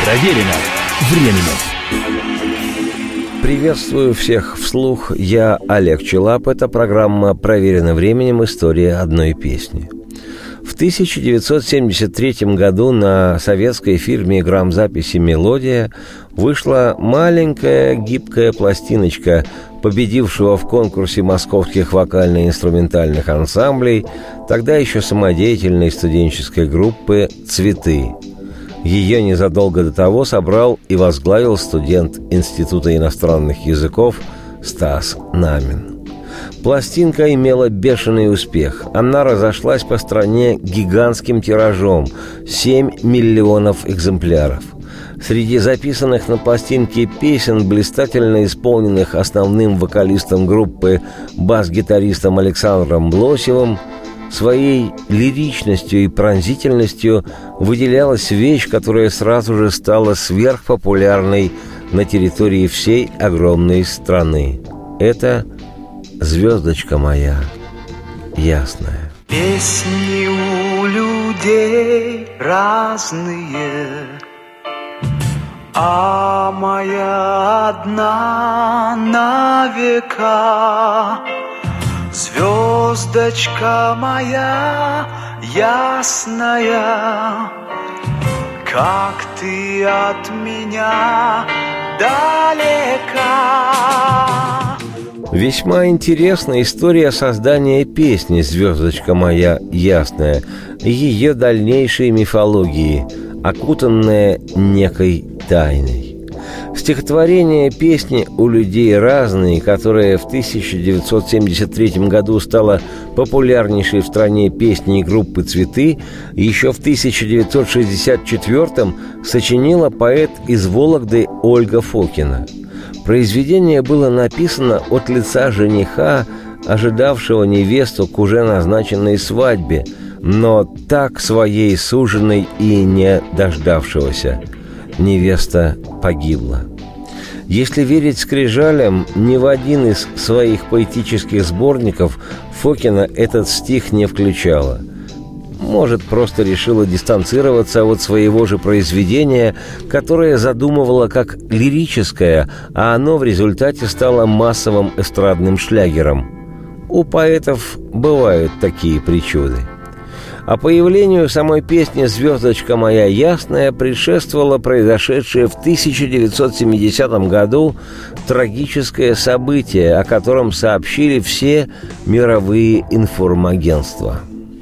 Проверено временем. Приветствую всех вслух. Я Олег Челап. Это программа «Проверено временем. История одной песни». В 1973 году на советской фирме грамзаписи «Мелодия» вышла маленькая гибкая пластиночка победившего в конкурсе московских вокально-инструментальных ансамблей, тогда еще самодеятельной студенческой группы «Цветы». Ее незадолго до того собрал и возглавил студент Института иностранных языков Стас Намин. Пластинка имела бешеный успех. Она разошлась по стране гигантским тиражом – 7 миллионов экземпляров. Среди записанных на пластинке песен, блистательно исполненных основным вокалистом группы, бас-гитаристом Александром Блосевым, своей лиричностью и пронзительностью выделялась вещь, которая сразу же стала сверхпопулярной на территории всей огромной страны. Это «Звездочка моя ясная». Песни у людей разные, а моя одна на века. Звездочка моя ясная, как ты от меня далека. Весьма интересна история создания песни «Звездочка моя ясная» и ее дальнейшей мифологии, окутанная некой тайной. Стихотворение песни «У людей разные», которое в 1973 году стало популярнейшей в стране песней группы «Цветы», еще в 1964 сочинила поэт из Вологды Ольга Фокина. Произведение было написано от лица жениха, ожидавшего невесту к уже назначенной свадьбе, но так своей суженой и не дождавшегося. Невеста погибла. Если верить скрижалям, ни в один из своих поэтических сборников Фокина этот стих не включала. Может, просто решила дистанцироваться от своего же произведения, которое задумывала как лирическое, а оно в результате стало массовым эстрадным шлягером. У поэтов бывают такие причуды. А появлению самой песни «Звездочка моя ясная» предшествовало произошедшее в 1970 году трагическое событие, о котором сообщили все мировые информагентства.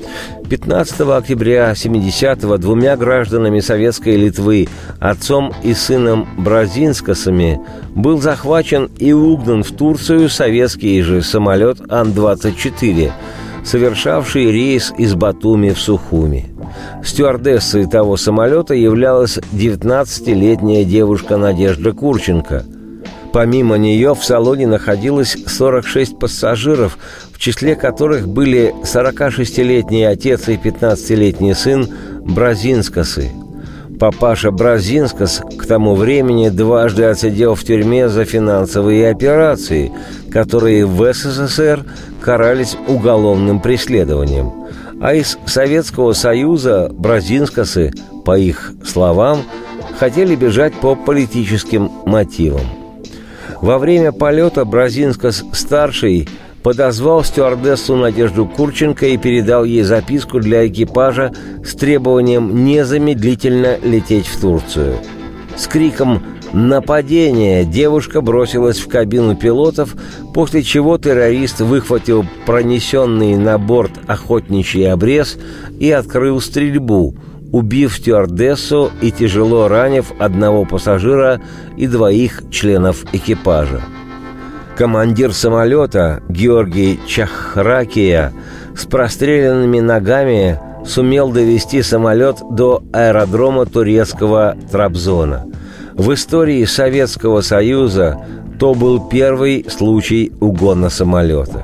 15 октября 70-го двумя гражданами Советской Литвы, отцом и сыном Бразинскасами, был захвачен и угнан в Турцию советский же самолет Ан-24, совершавший рейс из Батуми в Сухуми. Стюардессой того самолета являлась 19-летняя девушка Надежда Курченко. Помимо нее в салоне находилось 46 пассажиров, в числе которых были 46-летний отец и 15-летний сын Бразинскасы. Папаша Бразинскас к тому времени дважды отсидел в тюрьме за финансовые операции, которые в СССР карались уголовным преследованием. А из Советского Союза Бразинскасы, по их словам, хотели бежать по политическим мотивам. Во время полета Бразинскас-старший подозвал стюардессу Надежду Курченко и передал ей записку для экипажа с требованием незамедлительно лететь в Турцию. С криком «Нападение!» девушка бросилась в кабину пилотов, после чего террорист выхватил пронесенный на борт охотничий обрез и открыл стрельбу, убив стюардессу и тяжело ранив одного пассажира и двоих членов экипажа. Командир самолета Георгий Чахракия с простреленными ногами сумел довести самолет до аэродрома турецкого Трабзона. В истории Советского Союза то был первый случай угона самолета.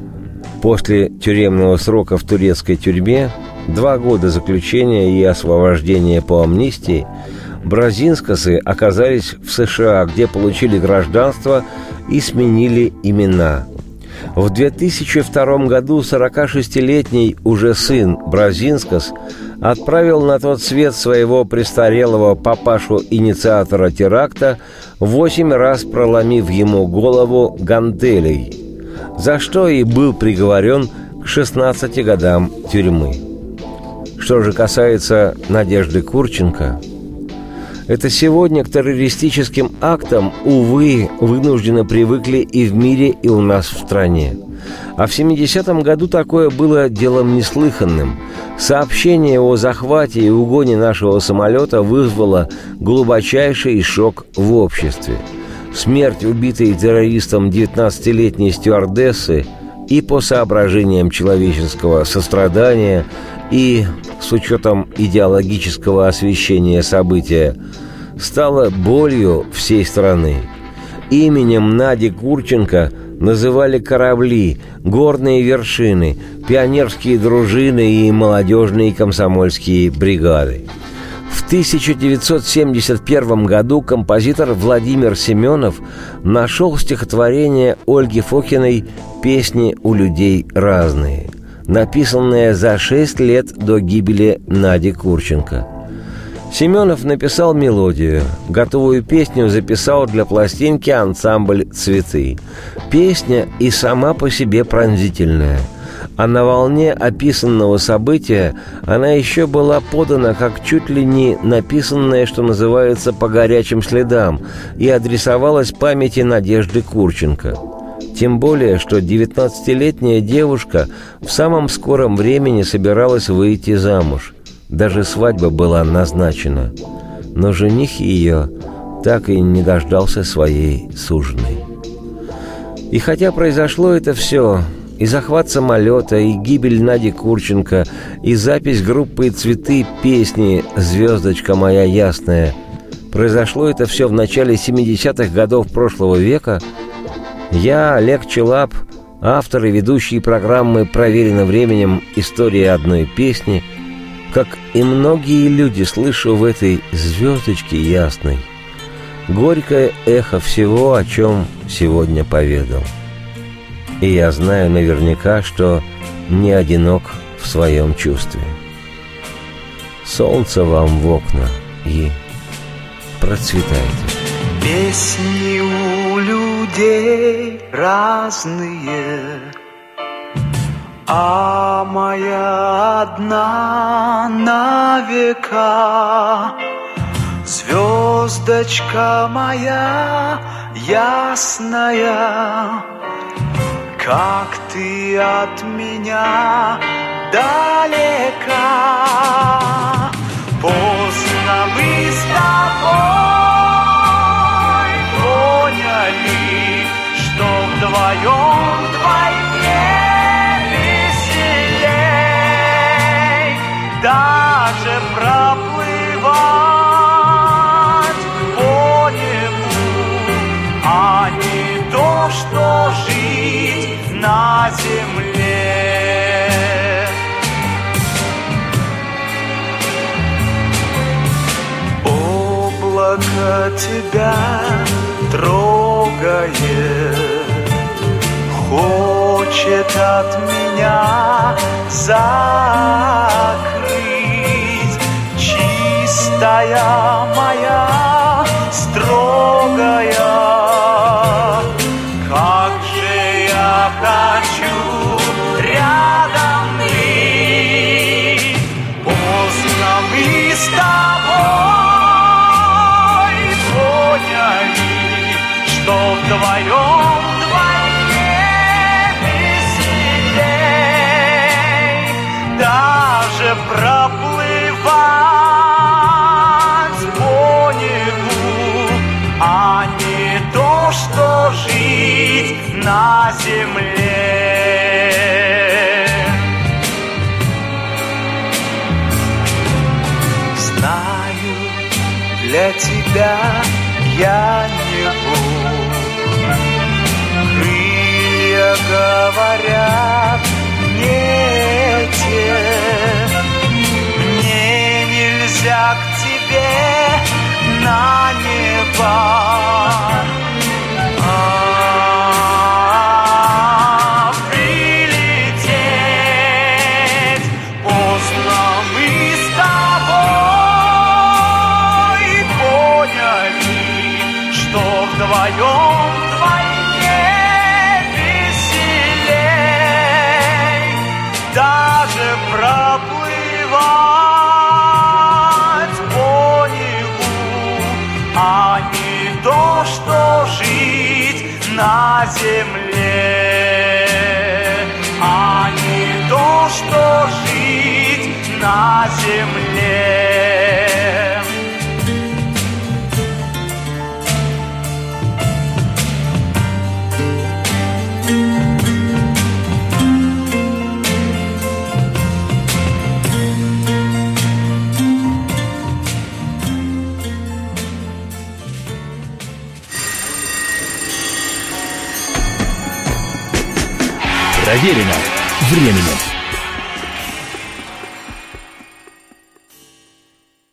После тюремного срока в турецкой тюрьме, 2 года заключения и освобождения по амнистии, Бразинскасы оказались в США, где получили гражданство и сменили имена. В 2002 году 46-летний уже сын Бразинскас отправил на тот свет своего престарелого папашу-инициатора теракта, 8 раз проломив ему голову гантелей, за что и был приговорен к 16 годам тюрьмы. Что же касается Надежды Курченко, это сегодня к террористическим актам, увы, вынужденно привыкли и в мире, и у нас в стране. А в 70-м году такое было делом неслыханным. Сообщение о захвате и угоне нашего самолета вызвало глубочайший шок в обществе. Смерть убитой террористом 19-летней стюардессы и по соображениям человеческого сострадания, и с учетом идеологического освещения события, стало болью всей страны. Именем Нади Курченко называли корабли, горные вершины, пионерские дружины и молодежные комсомольские бригады. В 1971 году композитор Владимир Семенов нашел стихотворение Ольги Фокиной «Песни у людей разные», написанное за 6 лет до гибели Нади Курченко. Семенов написал мелодию, готовую песню записал для пластинки ансамбль «Цветы». Песня и сама по себе пронзительная, а на волне описанного события она еще была подана как чуть ли не написанная, что называется, по горячим следам, и адресовалась памяти Надежды Курченко. Тем более, что 19-летняя девушка в самом скором времени собиралась выйти замуж. Даже свадьба была назначена. Но жених ее так и не дождался своей суженой. И хотя произошло это все, и захват самолета, и гибель Нади Курченко, и запись группы «Цветы» песни «Звездочка моя ясная», произошло это все в начале 70-х годов прошлого века, я, Олег Челап, автор и ведущий программы «Проверено временем. История одной песни», как и многие люди, слышу в этой звездочке ясной горькое эхо всего, о чем сегодня поведал. И я знаю наверняка, что не одинок в своем чувстве. Солнце вам в окна и процветайте. Песни у людей разные, а моя одна на века. Звездочка моя ясная, как ты от меня далека. Поздно мы с тобой поняли, что вдвоем вдвойне веселей. Даже проплывать по нему, а не то, что жить на земле. Облако тебя трогает, хочет от меня закрыть. Чистая моя, строгая, как же я хочу рядом быть. Поздно мы с тобой поняли, что вдвоем вдвойне веселей. Даже проплывать по нему, а не то, что жить на земле. Знаю, для тебя я не Бог. Крылья говорят не те. Мне нельзя к тебе на небо. проплывать по небу, а не то, что жить на земле, а не то, что жить на земле. Проверено временем.